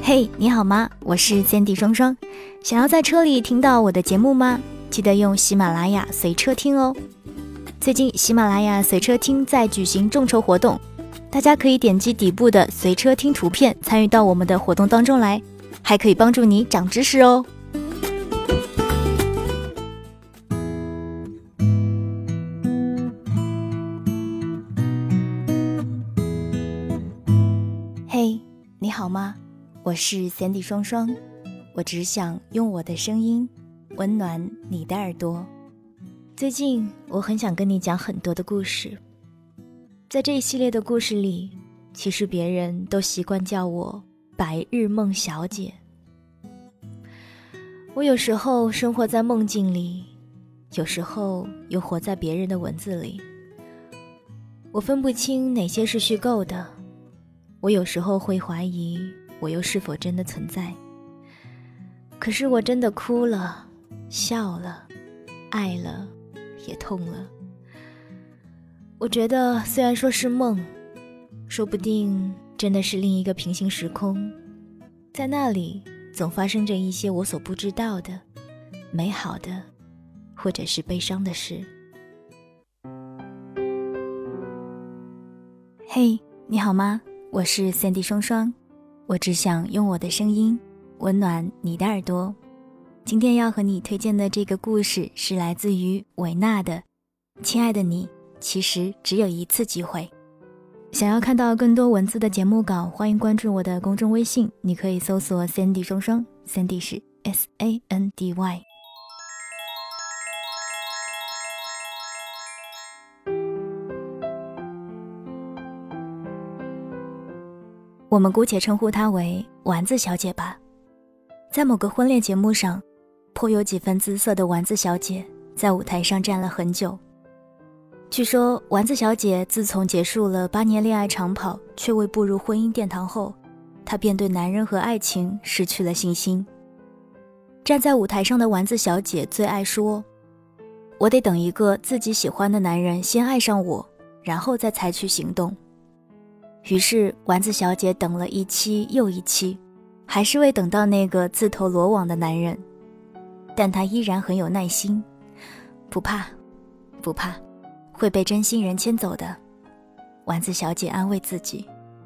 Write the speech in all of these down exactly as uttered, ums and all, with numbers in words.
嘿，你好吗？我是 Sandy 双双。想要在车里听到我的节目吗？记得用喜马拉雅随车听哦。最近喜马拉雅随车听在举行众筹活动，大家可以点击底部的随车听图片参与到我们的活动当中来，还可以帮助你长知识哦。嘿，你好吗？我是 Sandy 双双，我只想用我的声音温暖你的耳朵。最近我很想跟你讲很多的故事，在这一系列的故事里，其实别人都习惯叫我白日梦小姐。我有时候生活在梦境里，有时候又活在别人的文字里，我分不清哪些是虚构的，我有时候会怀疑我又是否真的存在。可是我真的哭了，笑了，爱了，也痛了。我觉得虽然说是梦，说不定真的是另一个平行时空，在那里总发生着一些我所不知道的美好的或者是悲伤的事。嘿，你好吗？我是 Sandy 双双，我只想用我的声音温暖你的耳朵。今天要和你推荐的这个故事是来自于维纳的亲爱的你其实只有一次机会。想要看到更多文字的节目稿，欢迎关注我的公众微信，你可以搜索 Sandy 双双， Sandy 是 S A N D Y。 我们姑且称呼她为丸子小姐吧。在某个婚恋节目上，颇有几分姿色的丸子小姐在舞台上站了很久。据说丸子小姐自从结束了八年恋爱长跑却未步入婚姻殿堂后，她便对男人和爱情失去了信心。站在舞台上的丸子小姐最爱说，我得等一个自己喜欢的男人先爱上我，然后再采取行动。于是丸子小姐等了一期又一期，还是未等到那个自投罗网的男人，但她依然很有耐心。不怕不怕，会被真心人牵走的，丸子小姐安慰自己。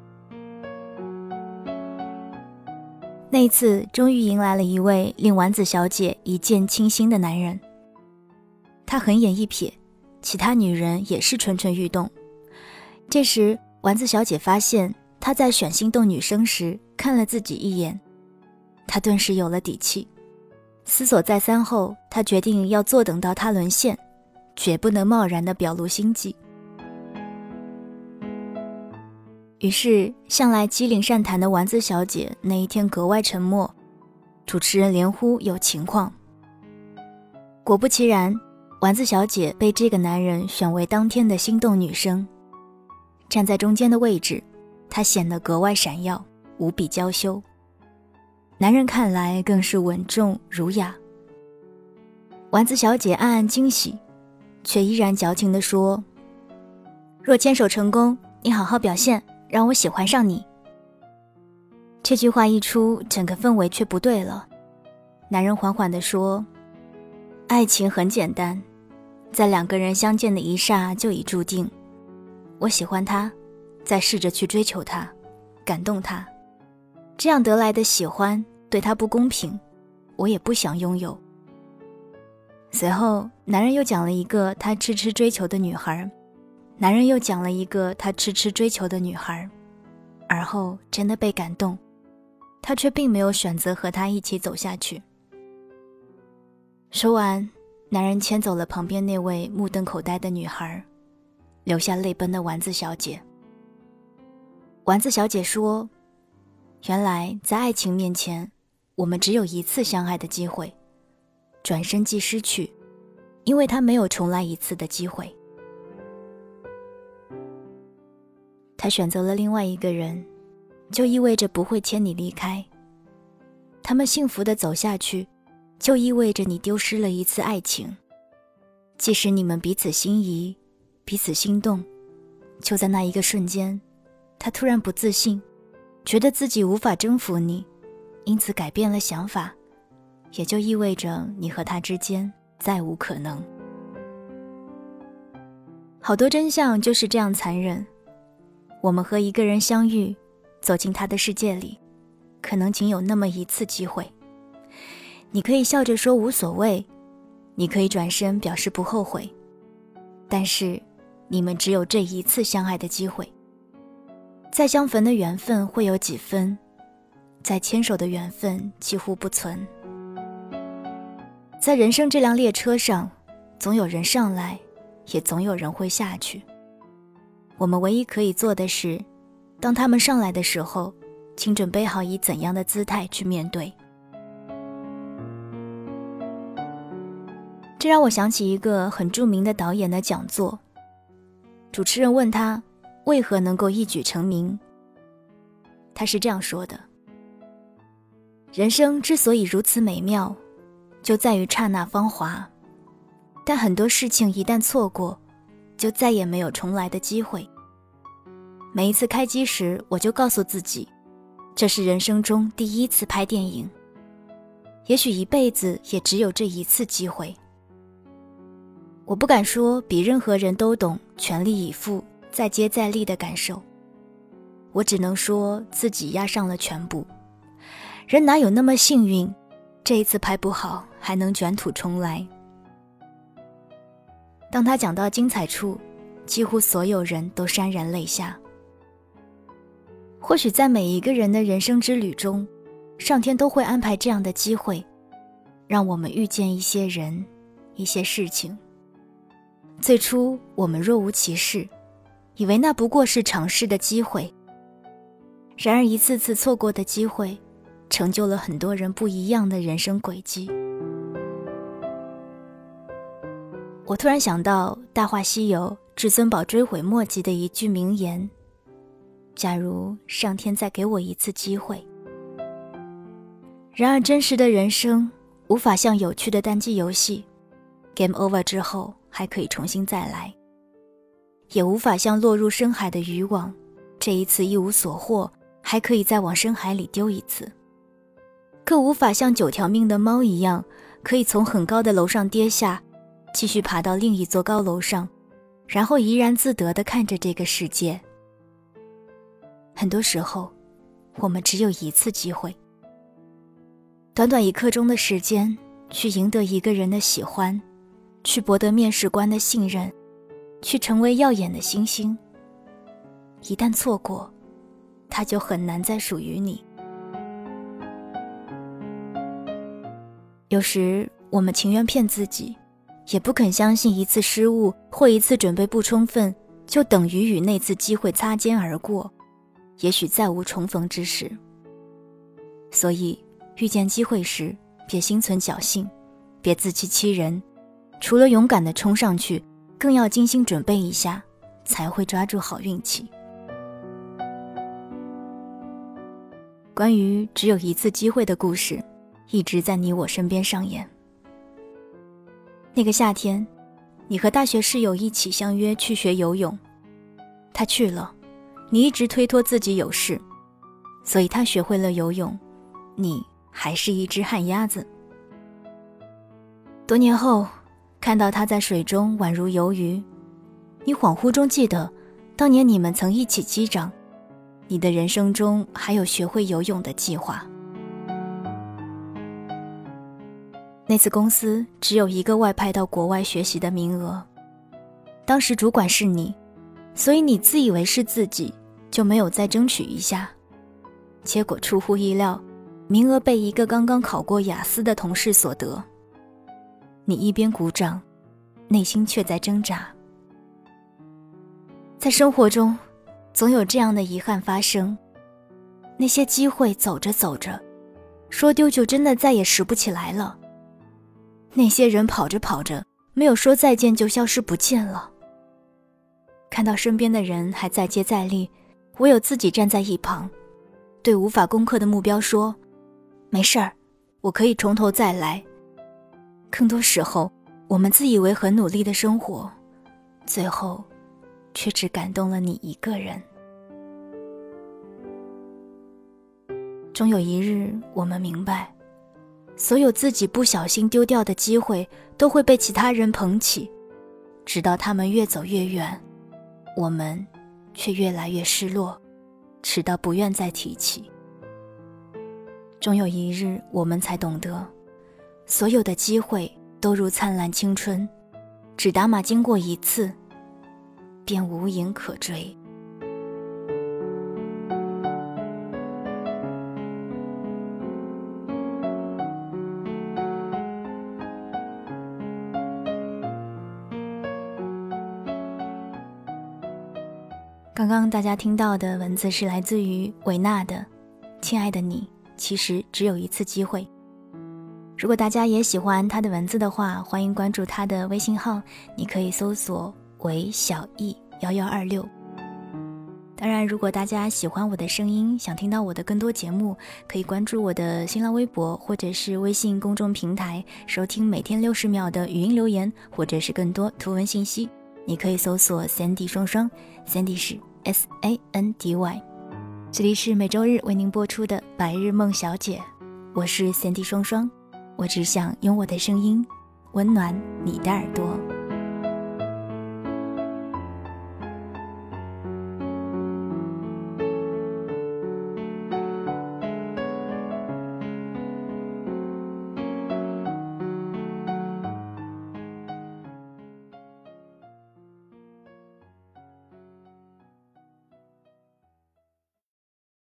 那一次终于迎来了一位令丸子小姐一见倾心的男人。他横眼一瞥，其他女人也是蠢蠢欲动。这时丸子小姐发现他在选心动女生时看了自己一眼，她顿时有了底气。思索再三后，她决定要坐等到他沦陷，绝不能贸然地表露心迹。于是向来机灵善谈的丸子小姐那一天格外沉默，主持人连呼有情况。果不其然，丸子小姐被这个男人选为当天的心动女生。站在中间的位置，她显得格外闪耀，无比娇羞。男人看来更是稳重儒雅。丸子小姐暗暗惊喜，却依然矫情地说，若牵手成功，你好好表现，让我喜欢上你。这句话一出，整个氛围却不对了。男人缓缓地说，爱情很简单，在两个人相见的一刹就已注定。我喜欢他，再试着去追求他，感动他，这样得来的喜欢对他不公平，我也不想拥有。随后男人又讲了一个他痴痴追求的女孩，男人又讲了一个他痴痴追求的女孩，而后真的被感动，他却并没有选择和他一起走下去。说完，男人牵走了旁边那位目瞪口呆的女孩，留下泪奔的丸子小姐。丸子小姐说，原来在爱情面前，我们只有一次相爱的机会，转身即失去，因为他没有重来一次的机会。他选择了另外一个人，就意味着不会牵你离开。他们幸福地走下去，就意味着你丢失了一次爱情。即使你们彼此心仪，彼此心动，就在那一个瞬间，他突然不自信，觉得自己无法征服你， 因此改变了想法，也就意味着你和他之间再无可能。好多真相就是这样残忍。我们和一个人相遇，走进他的世界里，可能仅有那么一次机会。你可以笑着说无所谓，你可以转身表示不后悔，但是你们只有这一次相爱的机会。再相逢的缘分会有几分，再牵手的缘分几乎不存。在人生这辆列车上，总有人上来，也总有人会下去。我们唯一可以做的是，当他们上来的时候，请准备好以怎样的姿态去面对。这让我想起一个很著名的导演的讲座。主持人问他为何能够一举成名，他是这样说的：人生之所以如此美妙，就在于刹那芳华，但很多事情一旦错过，就再也没有重来的机会。每一次开机时，我就告诉自己，这是人生中第一次拍电影，也许一辈子也只有这一次机会。我不敢说比任何人都懂全力以赴再接再厉的感受，我只能说自己压上了全部。人哪有那么幸运，这一次拍不好还能卷土重来。当他讲到精彩处，几乎所有人都潸然泪下。或许在每一个人的人生之旅中，上天都会安排这样的机会，让我们遇见一些人，一些事情。最初我们若无其事，以为那不过是尝试的机会，然而一次次错过的机会，成就了很多人不一样的人生轨迹。我突然想到《大话西游》至尊宝追悔莫及的一句名言：假如上天再给我一次机会。然而真实的人生无法像有趣的单机游戏 Game over 之后还可以重新再来，也无法像落入深海的渔网，这一次一无所获还可以再往深海里丢一次，更无法像九条命的猫一样，可以从很高的楼上跌下，继续爬到另一座高楼上，然后怡然自得地看着这个世界。很多时候我们只有一次机会，短短一刻钟的时间，去赢得一个人的喜欢，去博得面试官的信任，去成为耀眼的星星。一旦错过，它就很难再属于你。有时我们情愿骗自己，也不肯相信一次失误或一次准备不充分，就等于与那次机会擦肩而过，也许再无重逢之时。所以遇见机会时，别心存侥幸，别自欺欺人，除了勇敢地冲上去，更要精心准备一下，才会抓住好运气。关于只有一次机会的故事，一直在你我身边上演。那个夏天，你和大学室友一起相约去学游泳，他去了，你一直推脱自己有事，所以他学会了游泳，你还是一只旱鸭子。多年后，看到他在水中宛如游鱼，你恍惚中记得，当年你们曾一起击掌，你的人生中还有学会游泳的计划。那次公司只有一个外派到国外学习的名额，当时主管是你，所以你自以为是自己，就没有再争取一下。结果出乎意料，名额被一个刚刚考过雅思的同事所得。你一边鼓掌，内心却在挣扎。在生活中，总有这样的遗憾发生，那些机会走着走着，说丢就真的再也拾不起来了。那些人跑着跑着，没有说再见就消失不见了。看到身边的人还在接再厉，唯有自己站在一旁，对无法攻克的目标说，没事儿，我可以从头再来。更多时候，我们自以为很努力的生活，最后却只感动了你一个人。 终有一日，我们明白，所有自己不小心丢掉的机会都会被其他人捧起，直到他们越走越远，我们却越来越失落，直到不愿再提起。终有一日，我们才懂得，所有的机会都如灿烂青春，只打马经过一次，便无影可追。刚刚大家听到的文字是来自于维纳的亲爱的你，其实只有一次机会。如果大家也喜欢他的文字的话，欢迎关注他的微信号，你可以搜索韦小艺一一二六。当然，如果大家喜欢我的声音，想听到我的更多节目，可以关注我的新浪微博或者是微信公众平台，收听每天六十秒的语音留言，或者是更多图文信息。你可以搜索 Sandy 双双， Sandy 是 S A N D Y。 这里是每周日为您播出的白日梦小姐，我是 Sandy 双双，我只想用我的声音温暖你的耳朵。